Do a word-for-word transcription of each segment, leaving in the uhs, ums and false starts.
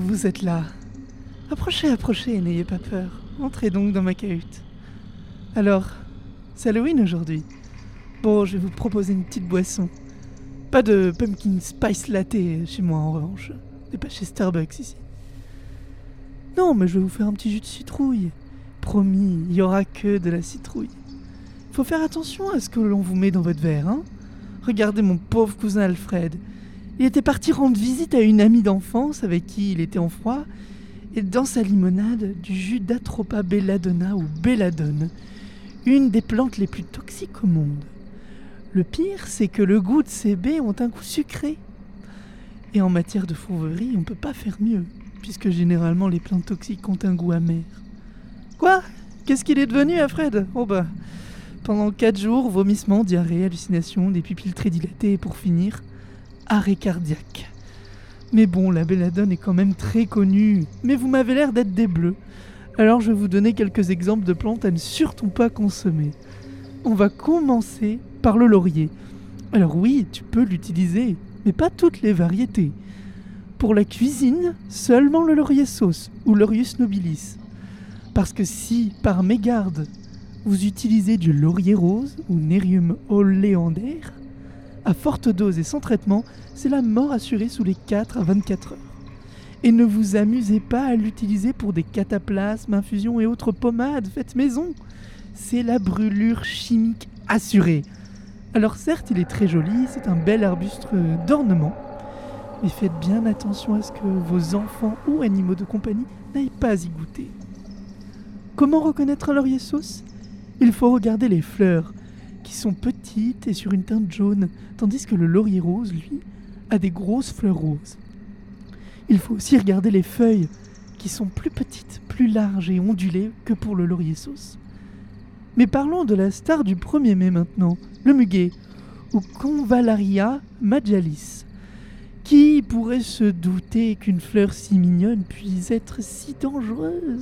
vous êtes là. Approchez, approchez, n'ayez pas peur. Entrez donc dans ma cahute. Alors, c'est Halloween aujourd'hui. Bon, je vais vous proposer une petite boisson. Pas de pumpkin spice latte chez moi en revanche. C'est pas chez Starbucks ici. Non, mais je vais vous faire un petit jus de citrouille. Promis, il y aura que de la citrouille. Faut faire attention à ce que l'on vous met dans votre verre, hein. Regardez mon pauvre cousin Alfred. Il était parti rendre visite à une amie d'enfance avec qui il était en froid, et dans sa limonade, du jus d'Atropa belladonna ou belladone, une des plantes les plus toxiques au monde. Le pire, c'est que le goût de ces baies ont un goût sucré. Et en matière de fourberie, on peut pas faire mieux, puisque généralement les plantes toxiques ont un goût amer. Quoi ? Qu'est-ce qu'il est devenu, Alfred ? Oh bah, pendant quatre jours, vomissements, diarrhée, hallucinations, des pupilles très dilatées, et pour finir, arrêt cardiaque. Mais bon, la belladone est quand même très connue, mais vous m'avez l'air d'être des bleus. Alors je vais vous donner quelques exemples de plantes à ne surtout pas consommer. On va commencer par le laurier. Alors oui, tu peux l'utiliser, mais pas toutes les variétés. Pour la cuisine, seulement le laurier sauce ou Laurius nobilis. Parce que si, par mégarde, vous utilisez du laurier rose ou Nerium oleander, à forte dose et sans traitement, c'est la mort assurée sous les quatre à vingt-quatre heures. Et ne vous amusez pas à l'utiliser pour des cataplasmes, infusions et autres pommades faites maison. C'est la brûlure chimique assurée. Alors certes, il est très joli, c'est un bel arbuste d'ornement, mais faites bien attention à ce que vos enfants ou animaux de compagnie n'aillent pas y goûter. Comment reconnaître un laurier sauce ? Il faut regarder les fleurs, qui sont petites et sur une teinte jaune, tandis que le laurier rose, lui, a des grosses fleurs roses. Il faut aussi regarder les feuilles, qui sont plus petites, plus larges et ondulées que pour le laurier sauce. Mais parlons de la star du premier mai maintenant, le muguet, ou Convallaria majalis. Qui pourrait se douter qu'une fleur si mignonne puisse être si dangereuse ?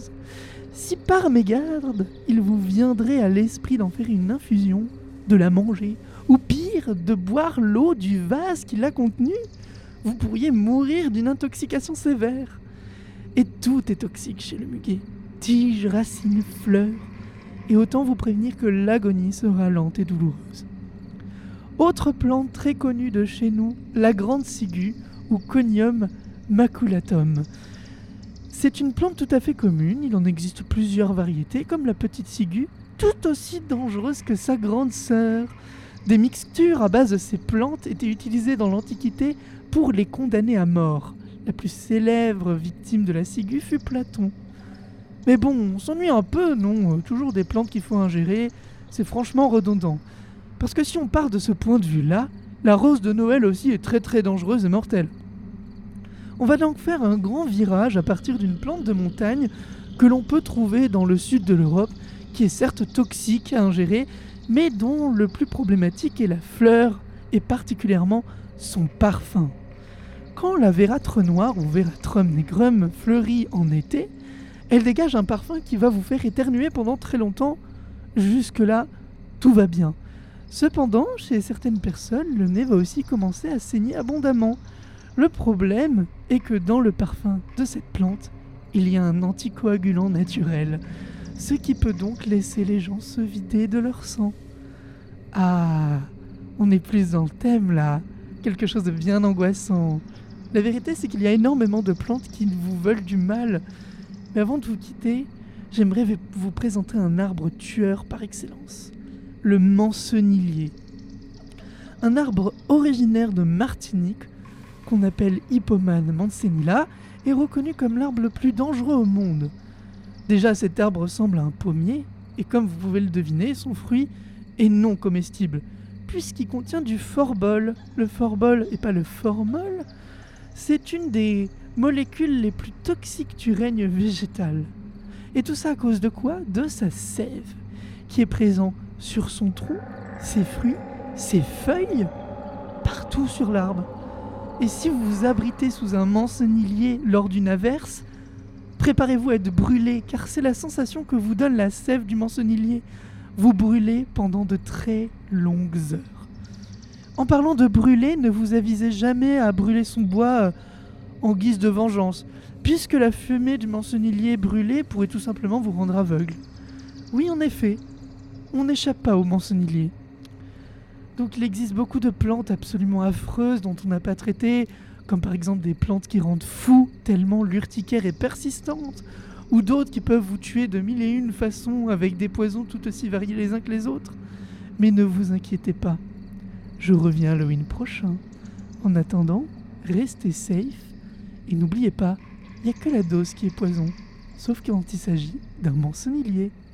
Si par mégarde, il vous viendrait à l'esprit d'en faire une infusion, de la manger, ou pire, de boire l'eau du vase qui l'a contenue, vous pourriez mourir d'une intoxication sévère. Et tout est toxique chez le muguet. Tiges, racines, fleurs. Et autant vous prévenir que l'agonie sera lente et douloureuse. Autre plante très connue de chez nous, la grande ciguë ou Conium maculatum. C'est une plante tout à fait commune, il en existe plusieurs variétés, comme la petite ciguë, tout aussi dangereuse que sa grande sœur. Des mixtures à base de ces plantes étaient utilisées dans l'Antiquité pour les condamner à mort. La plus célèbre victime de la ciguë fut Platon. Mais bon, on s'ennuie un peu, non ? Toujours des plantes qu'il faut ingérer, c'est franchement redondant. Parce que si on part de ce point de vue-là, la rose de Noël aussi est très très dangereuse et mortelle. On va donc faire un grand virage à partir d'une plante de montagne que l'on peut trouver dans le sud de l'Europe, qui est certes toxique à ingérer, mais dont le plus problématique est la fleur, et particulièrement son parfum. Quand la vératre noire ou Veratrum nigrum fleurit en été, elle dégage un parfum qui va vous faire éternuer pendant très longtemps. Jusque-là, tout va bien. Cependant, chez certaines personnes, le nez va aussi commencer à saigner abondamment. Le problème est que dans le parfum de cette plante, il y a un anticoagulant naturel, ce qui peut donc laisser les gens se vider de leur sang. Ah, on est plus dans le thème là, quelque chose de bien angoissant. La vérité, c'est qu'il y a énormément de plantes qui vous veulent du mal. Mais avant de vous quitter, j'aimerais vous présenter un arbre tueur par excellence, le mancenillier. Un arbre originaire de Martinique, qu'on appelle Hippomane mancenilla, est reconnu comme l'arbre le plus dangereux au monde. Déjà, cet arbre ressemble à un pommier, et comme vous pouvez le deviner, son fruit est non comestible, puisqu'il contient du forbol. Le forbol, et pas le formol, c'est une des molécules les plus toxiques du règne végétal. Et tout ça à cause de quoi ? De sa sève, qui est présent sur son tronc, ses fruits, ses feuilles, partout sur l'arbre. Et si vous vous abritez sous un mancenillier lors d'une averse, préparez-vous à être brûlé, car c'est la sensation que vous donne la sève du mancenillier. Vous brûlez pendant de très longues heures. En parlant de brûler, ne vous avisez jamais à brûler son bois en guise de vengeance, puisque la fumée du mancenillier brûlé pourrait tout simplement vous rendre aveugle. Oui, en effet, on n'échappe pas au mancenillier. Donc il existe beaucoup de plantes absolument affreuses dont on n'a pas traité, comme par exemple des plantes qui rendent fou tellement l'urticaire est persistante, ou d'autres qui peuvent vous tuer de mille et une façons avec des poisons tout aussi variés les uns que les autres. Mais ne vous inquiétez pas, je reviens Halloween prochain. En attendant, restez safe et n'oubliez pas, il n'y a que la dose qui est poison, sauf quand il s'agit d'un mancenillier.